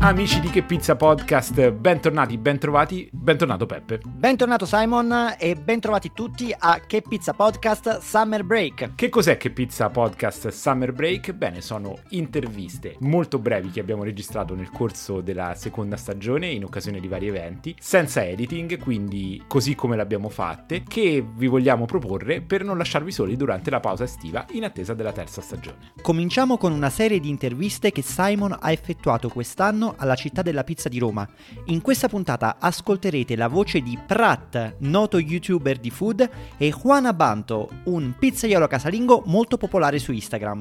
Amici di Che Pizza Podcast, bentornati, bentrovati, bentornato Peppe. Bentornato Simon e bentrovati tutti a Che Pizza Podcast Summer Break. Che cos'è Che Pizza Podcast Summer Break? Bene, sono interviste molto brevi che abbiamo registrato nel corso della seconda stagione in occasione di vari eventi, senza editing, quindi così come l'abbiamo fatte, che vi vogliamo proporre per non lasciarvi soli durante la pausa estiva in attesa della terza stagione. Cominciamo con una serie di interviste che Simon ha effettuato quest'anno alla Città della Pizza di Roma. In questa puntata ascolterete la voce di Prat, noto youtuber di food, e Juan Abanto, un pizzaiolo casalingo molto popolare su Instagram.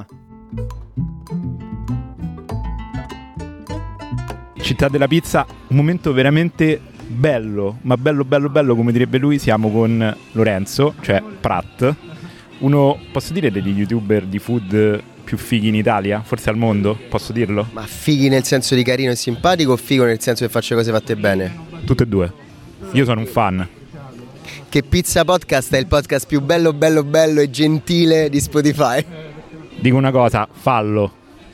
Città della Pizza, un momento veramente bello, ma bello come direbbe lui. Siamo con Lorenzo, cioè Prat, uno, posso dire, degli youtuber di food più fighi in Italia, forse al mondo, posso dirlo? Ma fighi nel senso di carino e simpatico o figo nel senso che faccio cose fatte bene? Tutte e due. Io sono un fan. Che Pizza Podcast è il podcast più bello e gentile di Spotify. Dico una cosa, fallo.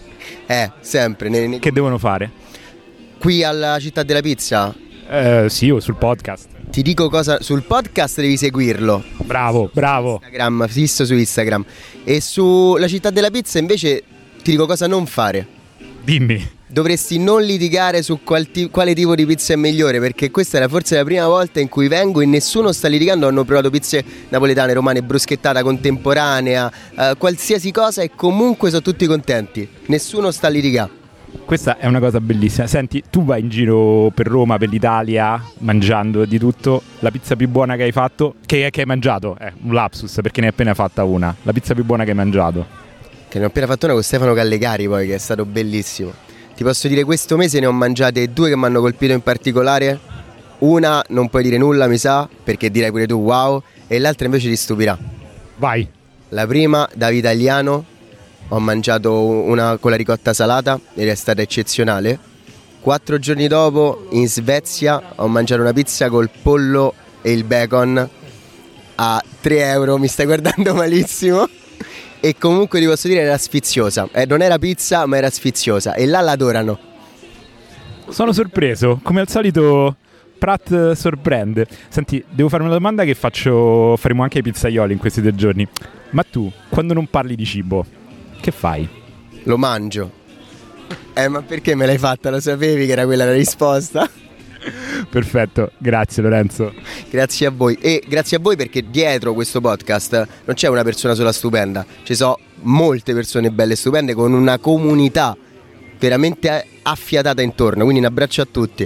Sempre. Che devono fare? Qui alla Città della Pizza? Sì, o sul podcast. Ti dico cosa, sul podcast devi seguirlo. Bravo. Instagram, fisso su Instagram. E sulla Città della Pizza invece ti dico cosa non fare. Dimmi. Dovresti non litigare su quale tipo di pizza è migliore, perché questa è forse la prima volta in cui vengo e nessuno sta litigando. Hanno provato pizze napoletane, romane, bruschettata, contemporanea, qualsiasi cosa, e comunque sono tutti contenti. Nessuno sta a litigare. Questa è una cosa bellissima. Senti, tu vai in giro per Roma, per l'Italia, mangiando di tutto. La pizza più buona che hai fatto, che hai mangiato, un lapsus perché ne hai appena fatta una. La pizza più buona che hai mangiato? Che ne ho appena fatto una con Stefano Gallegari, poi, che è stato bellissimo. Ti posso dire, questo mese ne ho mangiate due che mi hanno colpito in particolare. Una non puoi dire nulla, mi sa, perché direi pure tu wow, e l'altra invece ti stupirà. Vai. La prima, da Vitaliano, ho mangiato una con la ricotta salata ed è stata eccezionale. 4 giorni dopo, in Svezia, ho mangiato una pizza col pollo e il bacon a 3 euro. Mi stai guardando malissimo. E comunque ti posso dire, era sfiziosa. Non era pizza, ma era sfiziosa. E là l'adorano. Sono sorpreso, come al solito Prat sorprende. Senti, devo fare una domanda che faremo anche ai pizzaioli in questi 2 giorni. Ma tu, quando non parli di cibo, che fai? Lo mangio. Ma perché me l'hai fatta? Lo sapevi che era quella la risposta? Perfetto, grazie Lorenzo. Grazie a voi. E grazie a voi perché dietro questo podcast non c'è una persona sola stupenda. Ci sono molte persone belle e stupende, con una comunità veramente affiatata intorno. Quindi un abbraccio a tutti.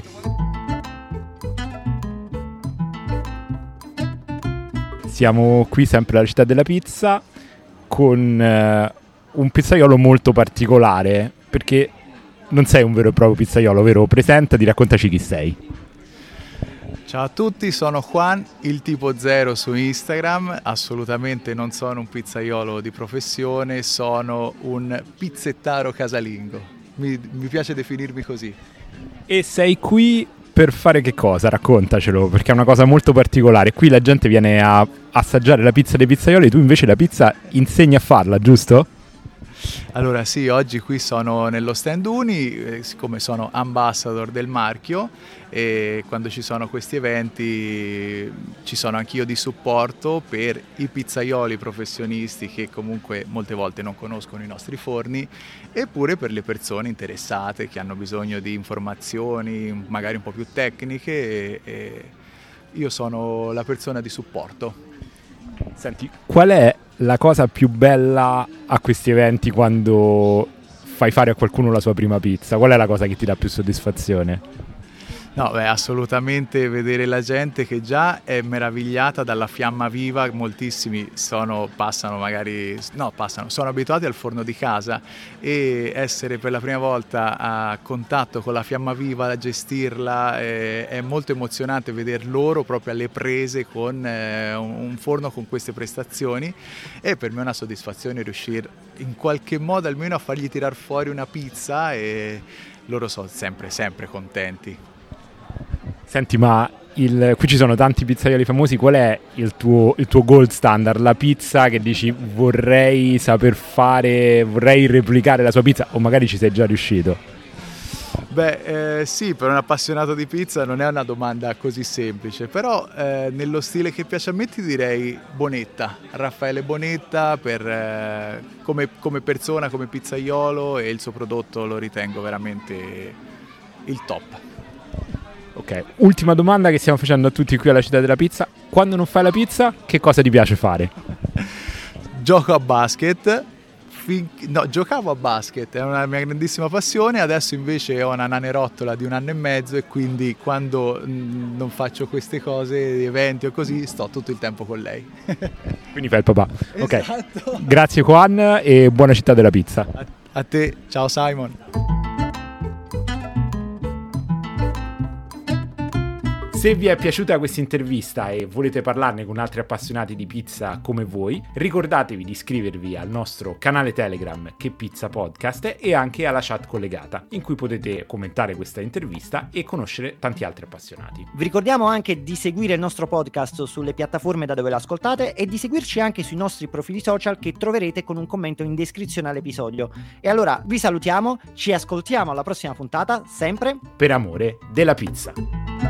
Siamo qui sempre alla Città della Pizza con un pizzaiolo molto particolare, perché non sei un vero e proprio pizzaiolo, vero? Presentati, raccontaci chi sei. Ciao a tutti, sono Juan, il tipo 0 su Instagram. Assolutamente non sono un pizzaiolo di professione, sono un pizzettaro casalingo. Mi piace definirmi così. E sei qui per fare che cosa? Raccontacelo, perché è una cosa molto particolare. Qui la gente viene a assaggiare la pizza dei pizzaioli, tu invece la pizza insegni a farla, giusto? Allora sì, oggi qui sono nello stand Uni, siccome sono ambassador del marchio, e quando ci sono questi eventi ci sono anch'io di supporto per i pizzaioli professionisti che comunque molte volte non conoscono i nostri forni, eppure per le persone interessate che hanno bisogno di informazioni magari un po' più tecniche, e io sono la persona di supporto. Senti, qual è la cosa più bella a questi eventi quando fai fare a qualcuno la sua prima pizza? Qual è la cosa che ti dà più soddisfazione? No, assolutamente vedere la gente che già è meravigliata dalla fiamma viva. Moltissimi sono abituati al forno di casa, e essere per la prima volta a contatto con la fiamma viva, a gestirla, è molto emozionante vedere loro proprio alle prese con un forno con queste prestazioni, e per me è una soddisfazione riuscire in qualche modo almeno a fargli tirar fuori una pizza, e loro sono sempre contenti. Senti, ma qui ci sono tanti pizzaioli famosi, qual è il tuo gold standard? La pizza che dici vorrei saper fare, vorrei replicare la sua pizza, o magari ci sei già riuscito? Sì, per un appassionato di pizza non è una domanda così semplice, però nello stile che piace a me ti direi Bonetta, Raffaele Bonetta, come persona, come pizzaiolo, e il suo prodotto lo ritengo veramente il top. Ok, ultima domanda che stiamo facendo a tutti qui alla Città della Pizza: quando non fai la pizza, che cosa ti piace fare? Gioco a basket. Giocavo a basket, è una mia grandissima passione, adesso invece ho una nanerottola di 1 anno e mezzo e quindi quando non faccio queste cose, eventi o così, sto tutto il tempo con lei. Quindi fai il papà. Esatto. Ok, grazie Juan e buona Città della Pizza. A te, ciao Simon. Se vi è piaciuta questa intervista e volete parlarne con altri appassionati di pizza come voi, ricordatevi di iscrivervi al nostro canale Telegram Che Pizza Podcast e anche alla chat collegata, in cui potete commentare questa intervista e conoscere tanti altri appassionati. Vi ricordiamo anche di seguire il nostro podcast sulle piattaforme da dove lo ascoltate e di seguirci anche sui nostri profili social che troverete con un commento in descrizione all'episodio. E allora vi salutiamo, ci ascoltiamo alla prossima puntata, sempre Per amore della pizza.